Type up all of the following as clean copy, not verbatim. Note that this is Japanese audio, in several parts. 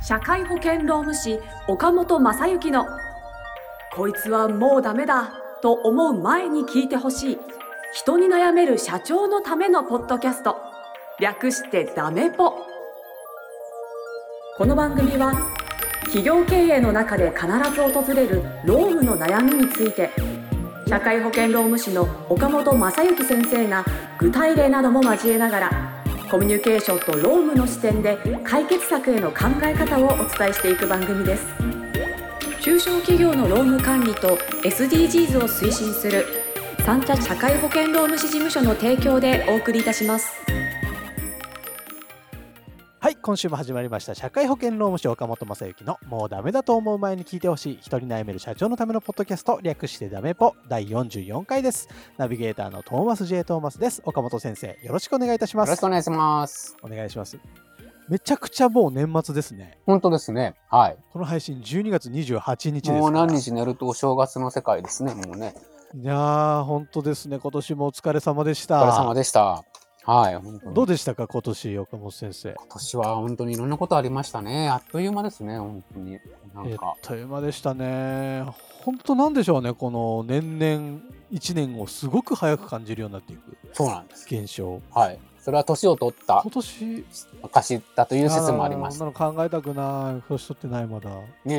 社会保険労務士岡本正幸のこいつはもうダメだと思う前に聞いてほしい人に悩める社長のためのポッドキャスト、略してダメポ。この番組は企業経営の中で必ず訪れる労務の悩みについて、社会保険労務士の岡本正幸先生が具体例なども交えながらコミュニケーションと労務の視点で解決策への考え方をお伝えしていく番組です。中小企業の労務管理と SDGs を推進する三茶社会保険労務士事務所の提供でお送りいたします。 はい、今週も始まりました社会保険労務士岡本正幸のもうダメだと思う前に聞いてほしい人に悩める社長のためのポッドキャスト、略してダメポ第44回です。ナビゲーターのトーマス J トーマスです。岡本先生、よろしくお願いいたします。 よろしくお願いします。 お願いします。めちゃくちゃもう年末ですね。 本当ですね。はい。 この配信12月28日ですから。 もう何日寝るとお正月の世界ですね。もうね。 いやー本当ですね。今年もお疲れ様でした。 お疲れ様でした。はい。本当にどうでしたか今年、岡本先生。 今年は本当にいろんなことありましたね。あっという間ですね。本当にあっという間でしたね。本当なんでしょうね。この年々1年をすごく早く感じるようになっていく。 そうなんです。 現象。 はい。それは年を取った今年証だという説もあります。 そんなの考えたくない。年取ってないまだ。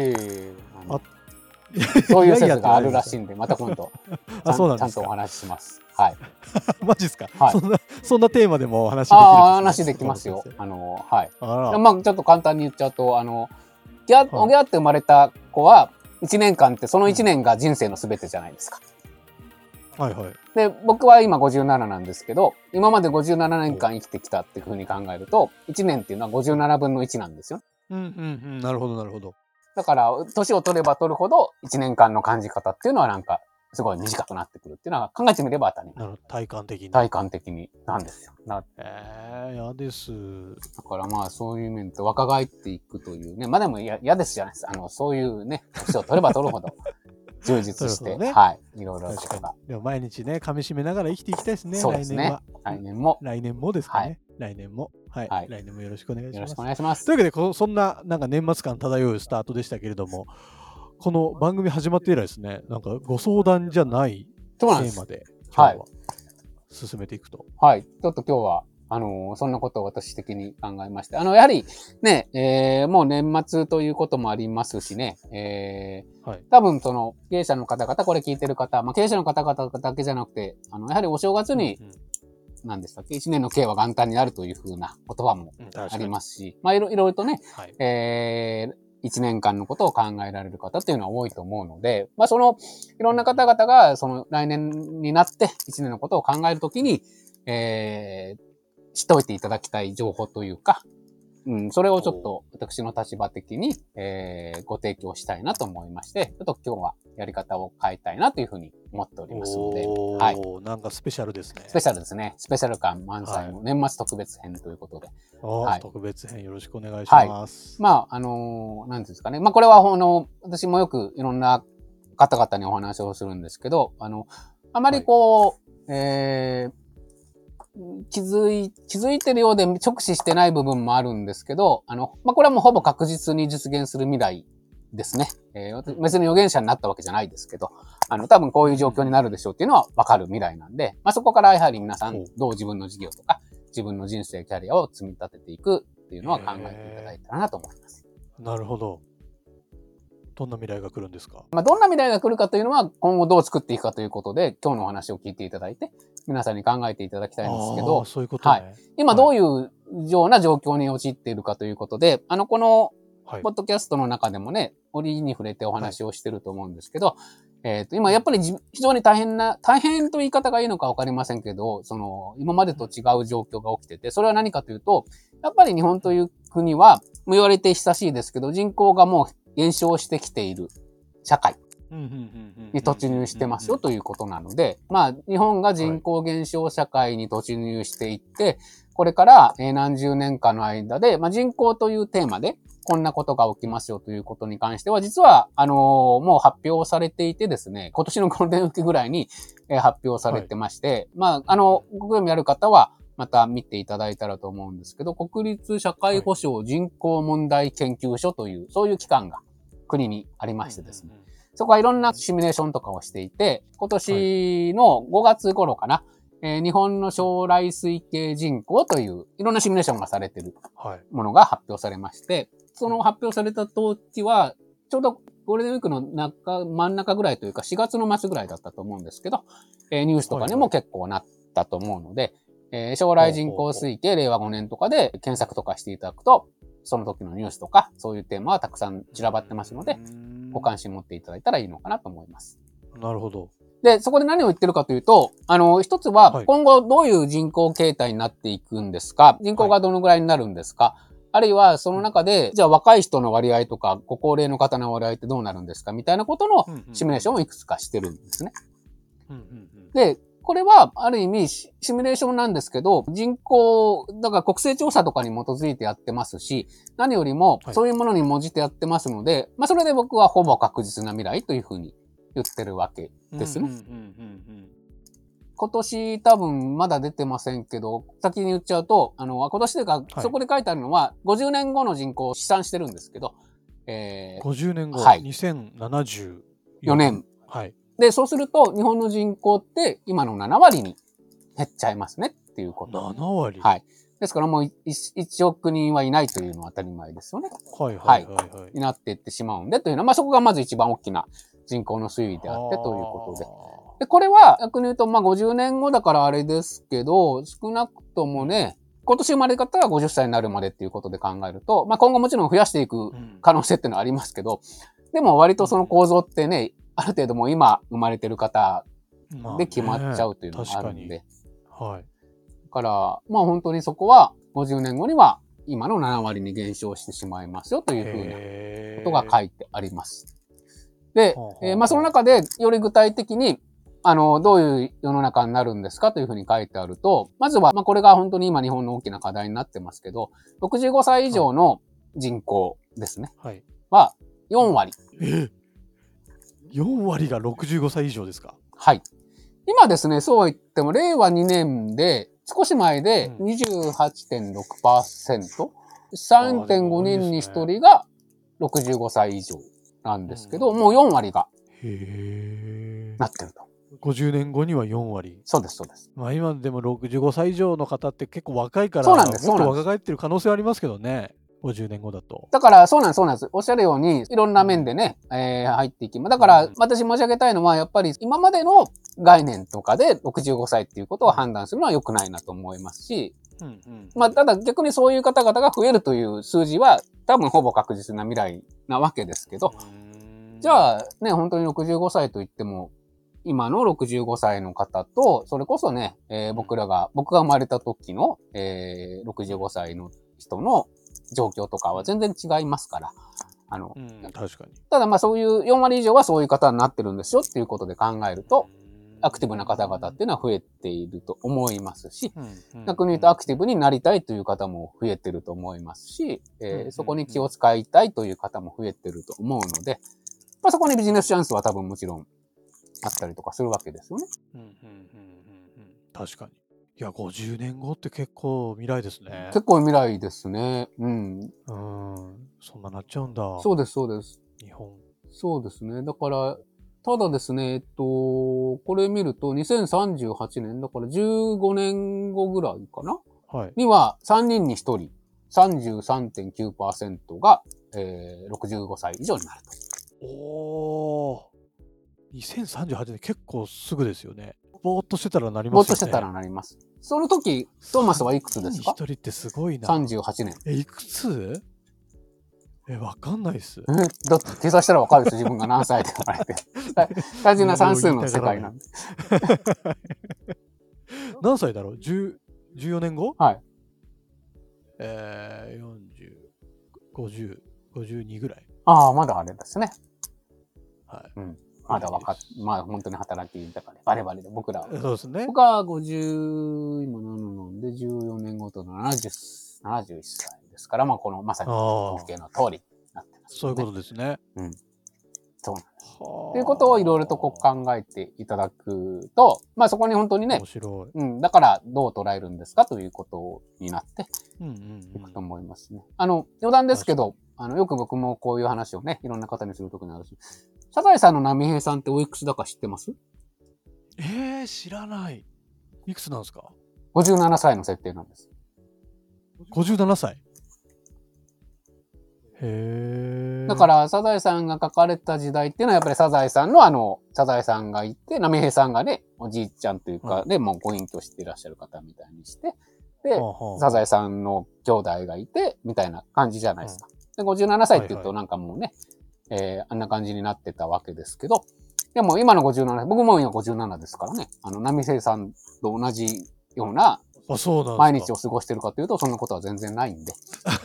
そういう説があるらしいんで、また今度そうなんですか。 ちゃんとお話しします。はい。 マジですか、 はい、 そんなテーマでもお話できるんですか。 話できますよ。はい。 まあちょっと簡単に言っちゃうと、おぎゃって生まれた子は1年間ってその1年が人生のすべてじゃないですか。 はいはい。 で、僕は今57なんですけど、今まで57年間生きてきたっていうふうに考えると、1年っていうのは57分の1なんですよ。 なるほどなるほど。 だから、年を取れば取るほど1年間の感じ方っていうのはなんか、すごい短くなってくるっていうのは考えてみれば当たり前。 体感的に。 体感的になんですよ。 嫌です。 だからまあそういう面と若返っていくというね。まあでも嫌ですじゃないです。そういうね、年を取れば取るほど充実して、 ね、 はい。いろいろとか。 でも毎日ね、噛み締めながら生きていきたいですね。 そうですね。来年もですかね。 はい、 来年も。はい。来年もよろしくお願いします。 よろしくお願いします。 というわけで、そんななんか年末感漂うスタートでしたけれども、この番組始まって以来ですね、なんかご相談じゃないテーマで今日は進めていくと。 はい。ちょっと今日は、そんなことを私的に考えまして。やはりね、もう年末ということもありますしね、多分その経営者の方々、これ聞いてる方、まあ経営者の方々だけじゃなくて、やはりお正月に、何でしたっけ、一年の計は元旦になるというふうな言葉もありますし、まあいろいろとね、一年間のことを考えられる方っていうのは多いと思うので、まあそのいろんな方々がその来年になって一年のことを考えるときに、知っておいていただきたい情報というか、それをちょっと私の立場的に、ご提供したいなと思いまして、ちょっと今日はやり方を変えたいなというふうに思っておりますので、はい。 なんかスペシャルですね。 スペシャルですね。スペシャル感満載の年末特別編ということで。 はい、特別編よろしくお願いします。 はい、まあ、なんていうんですかね。まあ、これは私もよくいろんな方々にお話をするんですけど、あまりこう、気づいてるようで直視してない部分もあるんですけど、まあ、これはもうほぼ確実に実現する未来ですね。別に預言者になったわけじゃないですけど、多分こういう状況になるでしょうっていうのは分かる未来なんで、まあ、そこからやはり皆さんどう自分の事業とか、自分の人生、キャリアを積み立てていくっていうのは考えていただいたらなと思います。 なるほど。どんな未来が来るんですか？ まあ、どんな未来が来るかというのは今後どう作っていくかということで、今日のお話を聞いていただいて、皆さんに考えていただきたいんですけど、 そういうことね。はい。 今どういうような状況に陥っているかということで、このポッドキャストの中でもね、折に触れてお話をしてると思うんですけど、今やっぱり非常に大変という言い方がいいのかわかりませんけど、今までと違う状況が起きてて、それは何かというと、やっぱり日本という国は、もう言われて久しいですけど、人口がもう減少してきている社会に突入してますよということなので、まあ、日本が人口減少社会に突入していって、これから何十年かの間で、まあ、人口というテーマで、こんなことが起きますよということに関しては、実は、もう発表されていてですね、今年のゴールデンウィークぐらいに、発表されてまして、まあ、ご興味ある方は、 また見ていただいたらと思うんですけど、国立社会保障人口問題研究所という、そういう機関が国にありましてですね。そこはいろんなシミュレーションとかをしていて、今年の5月頃かな、日本の将来推計人口といういろんなシミュレーションがされているものが発表されまして、その発表された時は、ちょうどゴールデンウィークの真ん中ぐらいというか4月の末ぐらいだったと思うんですけど、ニュースとかにも結構なったと思うので、将来人口推計令和5年とかで検索とかしていただくと、その時のニュースとかそういうテーマはたくさん散らばってますので、ご関心持っていただいたらいいのかなと思います。 なるほど。 で、そこで何を言ってるかというと、一つは今後どういう人口形態になっていくんですか、人口がどのぐらいになるんですか、あるいはその中で、じゃあ若い人の割合とか、ご高齢の方の割合ってどうなるんですかみたいなことのシミュレーションをいくつかしてるんですね。で、これはある意味シミュレーションなんですけど、人口、だから国勢調査とかに基づいてやってますし、何よりもそういうものに応じてやってますので、まあそれで僕はほぼ確実な未来というふうに言ってるわけですね。今年多分まだ出てませんけど、先に言っちゃうと、今年というか、そこで書いてあるのは、50年後の人口を試算してるんですけど、 50年後、 はい、 2074 年。 はい。 で、そうすると、日本の人口って今の7割に減っちゃいますねっていうこと。 7割はい。ですからもう 1億人はいないというのは当たり前ですよね。 はいはいはい、はい。 になっていってしまうんでというのは、まあそこがまず一番大きな人口の推移であってということで。で、これは逆に言うと、まあ50年後だからあれですけど、少なくともね、今年生まれ方が50歳になるまでっていうことで考えると、まあ今後もちろん増やしていく可能性っていうのはありますけど、でも割とその構造ってね、ある程度もう今生まれてる方で決まっちゃうというのがあるんで。 はい。 だから、まあ本当にそこは50年後には今の7割に減少してしまいますよというふうなことが書いてあります。で、まあその中でより具体的にどういう世の中になるんですかというふうに書いてあると、まずは、まあこれが本当に今日本の大きな課題になってますけど、65歳以上の人口ですね。はい。は4割。 4割が65歳以上ですか？ はい。今ですね、そうは言っても、令和2年で、少し前で 28.6%、3.5 人に1人が65歳以上なんですけど、もう4割がなってると。 50年後には4割。 そうです、そうです。 まあ今でも65歳以上の方って結構若いから、 そうなんです、 もっと若返ってる可能性はありますけどね。50年後だと。 だから、そうなんです、そうなんです。おっしゃるように、いろんな面でね、入っていきます。だから、私申し上げたいのは、やっぱり今までの概念とかで65歳っていうことを判断するのは良くないなと思いますし、まあ、ただ逆にそういう方々が増えるという数字は、多分ほぼ確実な未来なわけですけど、じゃあね、本当に65歳といっても、今の65歳の方と、それこそね、僕が生まれた時の、65歳の人の状況とかは全然違いますから。 確かに。 ただまあそういう4割以上はそういう方になってるんですよっていうことで考えると、アクティブな方々っていうのは増えていると思いますし、逆に言うとアクティブになりたいという方も増えてると思いますし、そこに気を使いたいという方も増えてると思うので、まあそこにビジネスチャンスは多分もちろんあったりとかするわけですよね。 確かに。いや、50年後って結構未来ですね。 結構未来ですね。 そんななっちゃうんだ。 そうです、そうです。 日本。 そうですね。だから、ただですね、これ見ると2038年、だから15年後ぐらいかな、には3人に1人、33.9% が、65歳以上になると。 おー。2038年結構すぐですよね。ぼーっとしてたらなりますよね。 ぼーっとしてたらなります。その時、トーマスはいくつですか？ 1人ってすごいな。 38年。 いくつ？わかんないっす。 だって計算したらわかるです。自分が何歳で生まれて。単純な算数の世界なんで。 何歳だろう？14年後？ はい。 40、50、52ぐらい。 ああ、まだあれですね。 はい。 まだまあ本当に働きだから、バレバレで僕らは。 そうですね。 僕は50、今7なんで14年後と71歳ですから、まあこのまさに統計の通りになってます、ね。 そういうことですね。 そうなんです。ということをいろいろとこう考えていただくと、まあそこに本当にね、 面白い。 うん、だからどう捉えるんですかということになっていくと思いますね。余談ですけど、よく僕もこういう話をね、いろんな方にするときにあるし、サザエさんの波平さんっておいくつだか知ってます？ 知らない。いくつなんですか？ 57 歳の設定なんです。 57歳。へー。 だから、サザエさんが書かれた時代っていうのは、やっぱりサザエさんのサザエさんがいて、波平さんがね、おじいちゃんというか、で、もうご隠居していらっしゃる方みたいにして、で、サザエさんの兄弟がいて、みたいな感じじゃないですか。で、57歳って言うとなんかもうね、あんな感じになってたわけですけど、でも今の57、僕も今57ですからね、波平さんと同じような、毎日を過ごしてるかというと、そんなことは全然ないんで。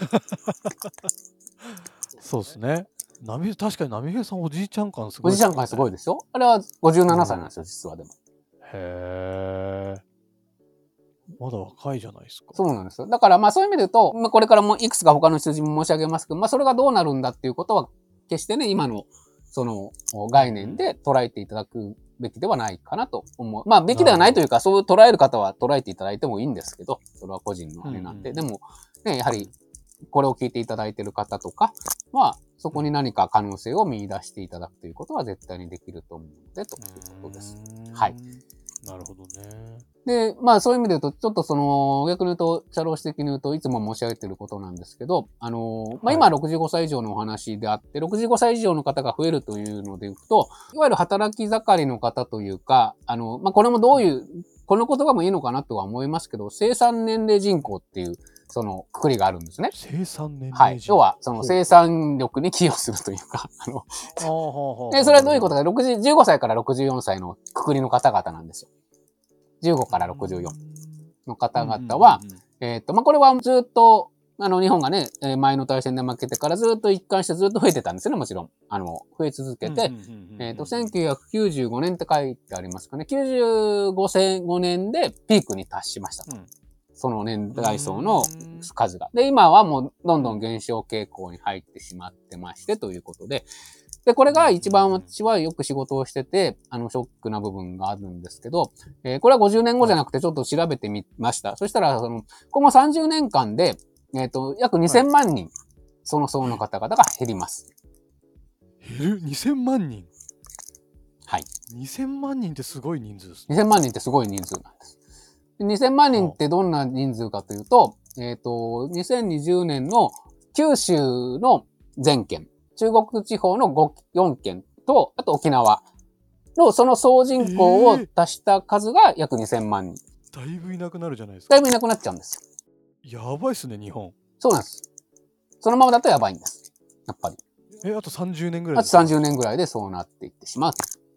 そうですね。確かに波平さんおじいちゃん感すごい、ね。おじいちゃん感すごいですよ。あれは57歳なんですよ、実はでも。 へー。まだ若いじゃないですか。 そうなんですよ。だからまあそういう意味で言うと、まあ、これからもいくつか他の数字も申し上げますけど、まあそれがどうなるんだっていうことは、決してね、今のその概念で捉えていただくべきではないかなと思う。まあべきではないというか、そう捉える方は捉えていただいてもいいんですけど、それは個人のあれなんで。でも、ね、やはり、これを聞いていただいている方とかは、そこに何か可能性を見出していただくということは絶対にできると思うので、ということです。はい。 なるほどね。 で、まあそういう意味で言うと、ちょっとその、逆に言うと、社労士的に言うといつも申し上げていることなんですけど、まあ今65歳以上のお話であって、65歳以上の方が増えるというので言うと、いわゆる働き盛りの方というか、まあこれもどういう、この言葉もいいのかなとは思いますけど、生産年齢人口っていう、その、くくりがあるんですね。 生産年齢人口。 はい。要は、その生産力に寄与するというか、で、それはどういうことか、15歳から64歳のくくりの方々なんですよ。15から64の方々は、まあ、これはずっと、日本がね、前の大戦で負けてからずっと一貫してずっと増えてたんですよね、もちろん。増え続けて、1995年って書いてありますかね。95年でピークに達しましたと。その年代層の数が。で、今はもうどんどん減少傾向に入ってしまってまして、ということで、で、これが一番私はよく仕事をしてて、ショックな部分があるんですけど、これは50年後じゃなくてちょっと調べてみました。そしたら、この30年間で、約2000万人、その層の方々が減ります。 減る ?2000 万人？ はい。 2000万人ってすごい人数ですね。2000万人ってすごい人数なんです。2000万人ってどんな人数かというと、2020年の九州の全県、中国地方の4県と、あと沖縄のその総人口を足した数が約2000万人。 だいぶいなくなるじゃないですか。 だいぶいなくなっちゃうんですよ。やばいっすね、日本。 そうなんです。そのままだとやばいんです。やっぱり。 あと30年ぐらいあと30年ぐらいでそうなっていってしまう。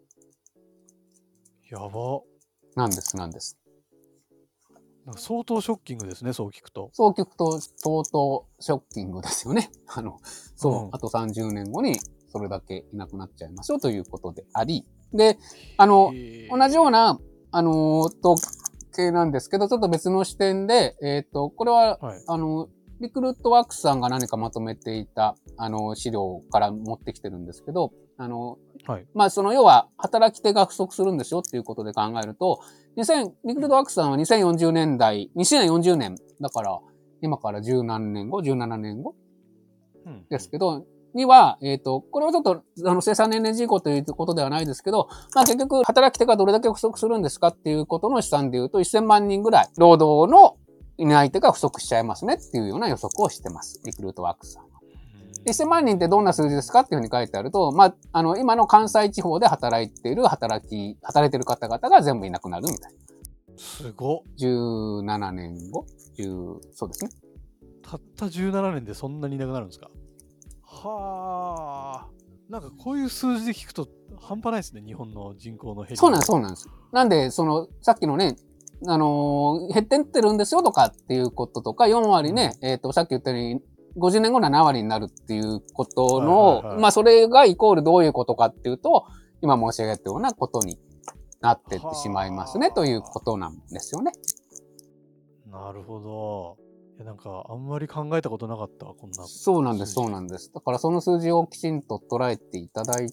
やば。 なんです。 相当ショッキングですね、そう聞くと。 そう聞くと相当ショッキングですよね。そう、あと30年後にそれだけいなくなっちゃいましょうということであり、で、同じような、統計なんですけど、ちょっと別の視点で、これは、リクルートワークスさんが何かまとめていた、資料から持ってきてるんですけど、まあ、要は、働き手が不足するんですよっていうことで考えると、リクルートワークスさんは2040年代、2040年、だから、今から十何年後、17年後ですけど、には、これはちょっと、生産年齢人口ということではないですけど、まあ結局、働き手がどれだけ不足するんですかっていうことの試算で言うと、1000万人ぐらい、労働の担い手が不足しちゃいますねっていうような予測をしてます。リクルートワークスさんは。1000万人ってどんな数字ですかっていうふうに書いてあると、まあ、今の関西地方で働いている方々が全部いなくなるみたいな。 すご。 17年後そうですね。 たった17年でそんなにいなくなるんですか？はあ。なんかこういう数字で聞くと半端ないですね、日本の人口の減り。 そうなんです。なんで、さっきのね、減ってってるんですよとかっていうこととか、4割ね、さっき言ったように、50年後7割になるっていうことの、まあそれがイコールどういうことかっていうと、今申し上げたようなことになってってしまいますねということなんですよね。 なるほど。なんかあんまり考えたことなかったこんな。 そうなんです。だからその数字をきちんと捉えていただ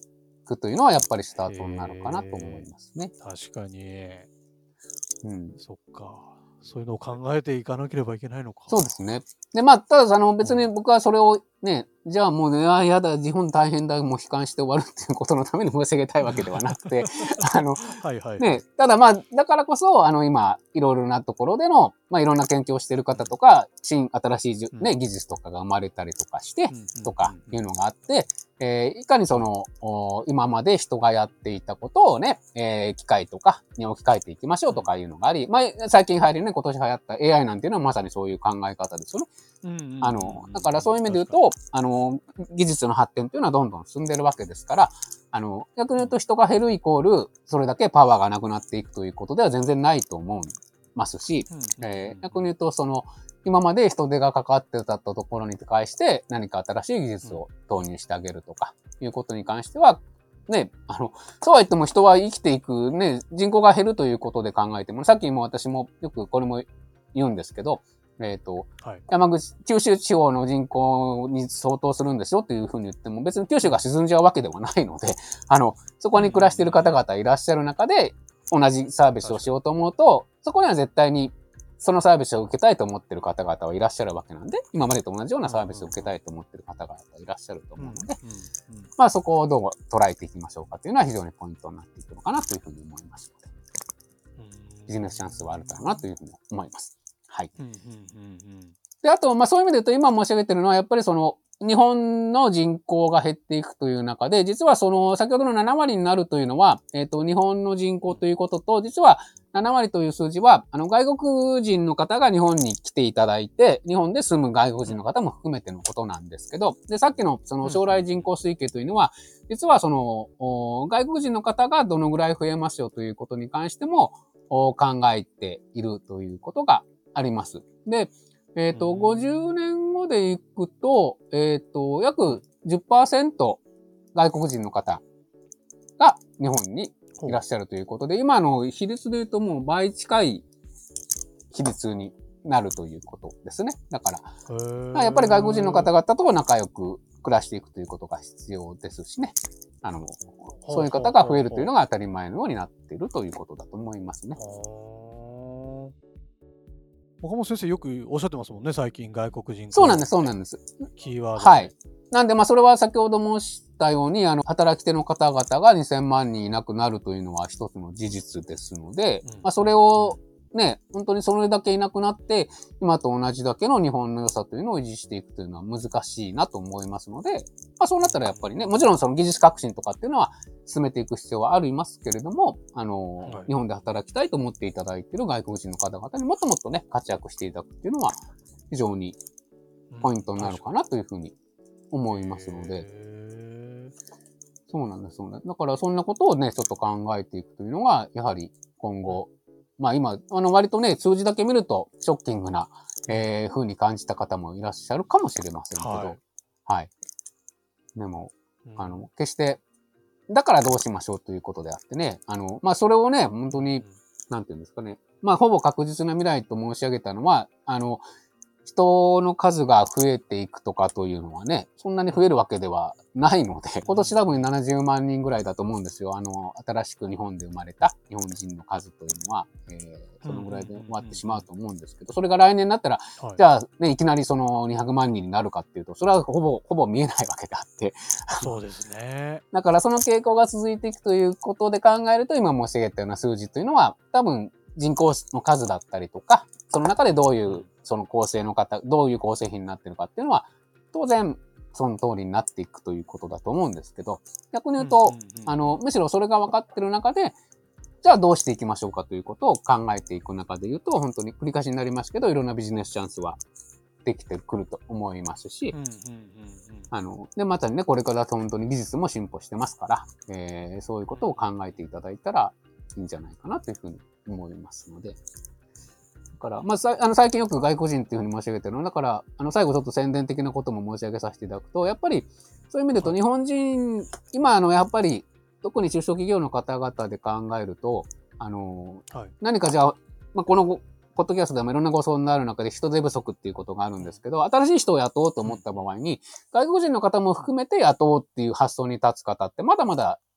くというのはやっぱりスタートになるかなと思いますね。 確かに。 うん。 そっか。そういうのを考えていかなければいけないのか。 そうですね。で、まあ、ただ、別に僕はそれをね、じゃあもうね、やだ、日本大変だ、もう悲観して終わるっていうことのために申し上げたいわけではなくて、 はいはい。 ね、ただまあ、だからこそ、今、いろいろなところでの、まあ、いろんな研究をしている方とか、新しいね、技術とかが生まれたりとかして、とかいうのがあって、いかに今まで人がやっていたことをね、機械とかに置き換えていきましょうとかいうのがあり、まあ、最近流行りね、今年流行った AI なんていうのはまさにそういう考え方ですよね。だからそういう意味で言うと、技術の発展というのはどんどん進んでるわけですから、逆に言うと人が減るイコール、それだけパワーがなくなっていくということでは全然ないと思いますし、逆に言うと、今まで人手がかかってたところに対して何か新しい技術を投入してあげるとかいうことに関しては、ね、そうは言っても人は生きていく、ね、人口が減るということで考えても、さっきも私もよくこれも言うんですけど、山口、九州地方の人口に相当するんですよっていうふうに言っても、別に九州が沈んじゃうわけではないので、そこに暮らしている方々いらっしゃる中で、同じサービスをしようと思うと、そこには絶対にそのサービスを受けたいと思っている方々はいらっしゃるわけなんで、今までと同じようなサービスを受けたいと思っている方々いらっしゃると思うので、まあそこをどう捉えていきましょうかというのは非常にポイントになっていくのかなというふうに思いますので、ビジネスチャンスはあるだろうなというふうに思います。はい。で、あと、まあそういう意味で言うと今申し上げているのは、やっぱり日本の人口が減っていくという中で、実は先ほどの7割になるというのは、日本の人口ということと、実は7割という数字は、外国人の方が日本に来ていただいて、日本で住む外国人の方も含めてのことなんですけど、で、さっきの将来人口推計というのは、実は外国人の方がどのぐらい増えますよということに関しても、考えているということがあります。で、50年後でいくと、約 10% 外国人の方が日本にいらっしゃるということで、今の比率で言うともう倍近い比率になるということですね。だから、やっぱり外国人の方々と仲良く暮らしていくということが必要ですしね。そういう方が増えるというのが当たり前のようになっているということだと思いますね。 岡本先生よくおっしゃってますもんね、最近外国人。 そうなんです、そうなんです。 キーワード。 はい。なんで、まあ、それは先ほど申したように、働き手の方々が2000万人いなくなるというのは一つの事実ですので、まあ、それをね、本当にそれだけいなくなって、今と同じだけの日本の良さというのを維持していくというのは難しいなと思いますので、まあ、そうなったらやっぱりね、もちろんその技術革新とかっていうのは進めていく必要はありますけれども、日本で働きたいと思っていただいている外国人の方々にもっともっとね、活躍していただくっていうのは非常にポイントになるかなというふうに思いますので、そうなんです、そうなんです。だからそんなことをね、ちょっと考えていくというのが、やはり今後、まあ今、割とね、数字だけ見るとショッキングな、風に感じた方もいらっしゃるかもしれませんけど、はい。でも、決して、だからどうしましょうということであってね、まあそれをね、本当に、なんていうんですかね、まあほぼ確実な未来と申し上げたのは、人の数が増えていくとかというのはね、そんなに増えるわけではないので、今年多分70万人ぐらいだと思うんですよ。新しく日本で生まれた日本人の数というのは、そのぐらいで終わってしまうと思うんですけど、それが来年になったら、じゃあね、いきなりその200万人になるかっていうと、それはほぼ見えないわけであって。 そうですね。 だからその傾向が続いていくということで考えると、今申し上げたような数字というのは、多分人口の数だったりとか、その中でどういうその構成の方、どういう構成比になっているかっていうのは、当然その通りになっていくということだと思うんですけど、逆に言うと、むしろそれが分かっている中で、じゃあどうしていきましょうかということを考えていく中で言うと、本当に繰り返しになりますけど、いろんなビジネスチャンスはできてくると思いますし、で、またね、これから本当に技術も進歩してますから、そういうことを考えていただいたらいいんじゃないかなというふうに思いますので、だから、まあ、最近よく外国人っていうふうに申し上げてるのだから、最後ちょっと宣伝的なことも申し上げさせていただくと、やっぱり、そういう意味で言うと、日本人、今、やっぱり、特に中小企業の方々で考えると、何かじゃあ、まあ、この、ポッドキャストでもいろんなご相談がある中で人手不足っていうことがあるんですけど、新しい人を雇おうと思った場合に、外国人の方も含めて雇おうっていう発想に立つ方ってまだまだ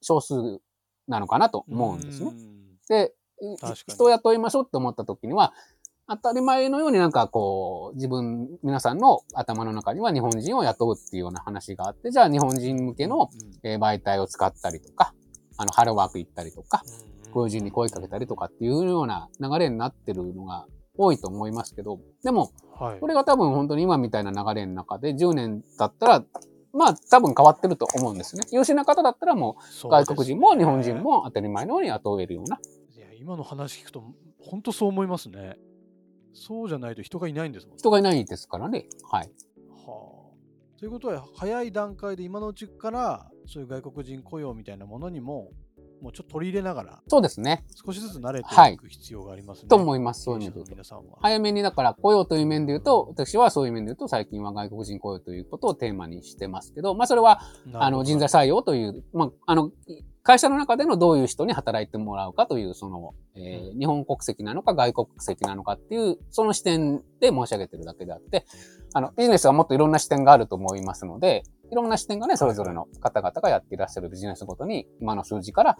少数なのかなと思うんですね。で、 確かに人を雇いましょうって思った時には、当たり前のようになんかこう、皆さんの頭の中には日本人を雇うっていうような話があって、じゃあ日本人向けの媒体を使ったりとか、ハローワーク行ったりとか、外人に声かけたりとかっていうような流れになってるのが多いと思いますけど、でも、これが多分本当に今みたいな流れの中で10年経ったら、まあ多分変わってると思うんですね。優秀な方だったらもう外国人も日本人も当たり前のように雇えるような。 いや、今の話聞くと本当そう思いますね。そうじゃないと人がいないんですもんね。 人がいないですからね。はい。 はあ。ということは早い段階で今のうちからそういう外国人雇用みたいなものにもちょっと取り入れながら、 そうですね。 少しずつ慣れていく必要がありますね。 と思います。そういう意味で言うと。 皆さんは早めにだから雇用という面で言うと、私はそういう面で言うと最近は外国人雇用ということをテーマにしてますけど、まあそれは人材採用という、まあ会社の中でのどういう人に働いてもらうかという、日本国籍なのか外国籍なのかっていう、その視点で申し上げてるだけであって、ビジネスはもっといろんな視点があると思いますので、いろんな視点がね、それぞれの方々がやっていらっしゃるビジネスごとに、今の数字から、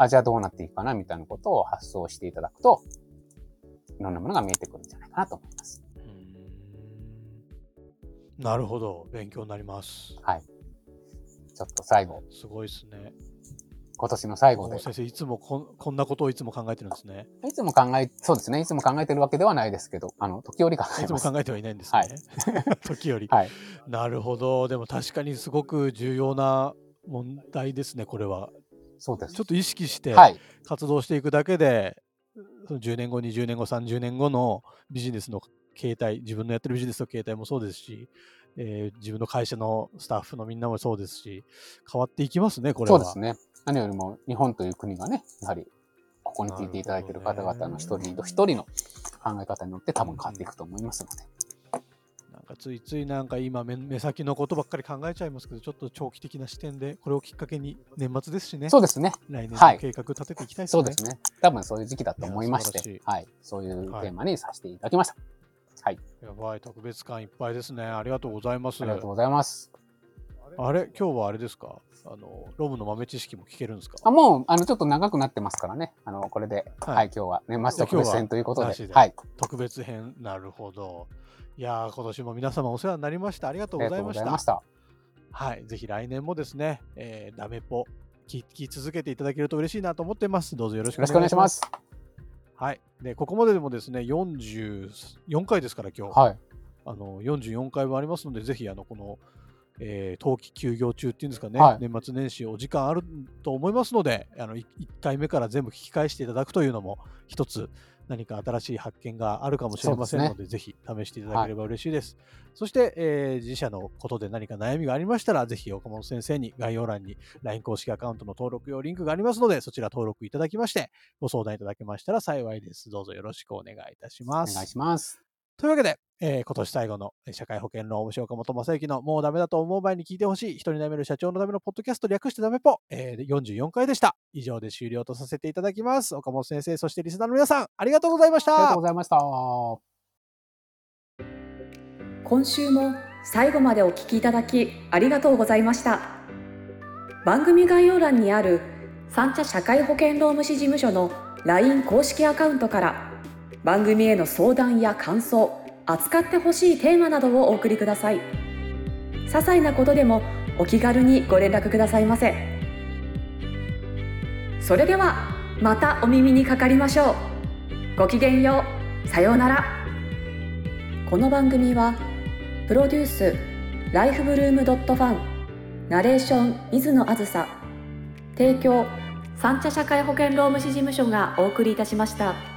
じゃあどうなっていくかな、みたいなことを発想していただくと、いろんなものが見えてくるんじゃないかなと思います。 なるほど。勉強になります。 はい。ちょっと最後。 すごいですね。 今年の最後で。 先生、いつもこんなことをいつも考えてるんですね。 そうですね。いつも考えてるわけではないですけど、時折考えます。 いつも考えてはいないんですね。はい、時折。 はい。 なるほど。でも確かにすごく重要な問題ですね、これは。 そうです。 ちょっと意識して活動していくだけで、10年後、20年後、30年後のビジネスの形態、自分のやってるビジネスの形態もそうですし、自分の会社のスタッフのみんなもそうですし、変わっていきますね、これは。 そうですね。何よりも日本という国がね、やはりここに聞いていただいている方々の一人の考え方によって多分変わっていくと思いますので。 なんかついついなんか今目先のことばっかり考えちゃいますけど、ちょっと長期的な視点でこれをきっかけに年末ですしね。 そうですね。 来年の計画立てていきたいですね。 そうですね。多分そういう時期だと思いまして、はい、そういうテーマにさせていただきました。はい。 やばい、特別感いっぱいですね。ありがとうございます。 ありがとうございます。 あれ、今日はあれですか？ロムの豆知識も聞けるんですか？ もうちょっと長くなってますからね。これで、はい、今日は年末特別編ということで、 はい、特別編、なるほど。いやー、今年も皆様お世話になりました。ありがとうございました。はい、ぜひ来年もですね、ダメポ聞き続けていただけると嬉しいなと思っています。どうぞよろしくお願いします。はい。で、ここまででもですね、44回ですから今日。はい。44回もありますので、ぜひこの冬季休業中っていうんですかね、はい、年末年始お時間あると思いますので、1回目から全部聞き返していただくというのも一つ何か新しい発見があるかもしれませんので、ぜひ試していただければ嬉しいです。はい、そして、自社のことで何か悩みがありましたら、ぜひ岡本先生に概要欄に LINE 公式アカウントの登録用リンクがありますので、そちら登録いただきまして、ご相談いただけましたら幸いです。どうぞよろしくお願いいたします。 お願いします。 というわけで、今年最後の社会保険労務士岡本正幸のもうダメだと思う前に聞いてほしい人に悩める社長のためのポッドキャスト略してダメポ、44回でした。以上で終了とさせていただきます。岡本先生、そしてリスナーの皆さん、ありがとうございました。 ありがとうございました。 今週も最後までお聞きいただきありがとうございました。番組概要欄にある三茶社会保険労務士事務所の LINE 公式アカウントから番組への相談や感想、扱ってほしいテーマなどをお送りください。些細なことでもお気軽にご連絡くださいませ。それではまたお耳にかかりましょう。ごきげんよう。さようなら。この番組はプロデュースライフブルームドットファン、ナレーション水野あずさ、提供三茶社会保険労務士事務所がお送りいたしました。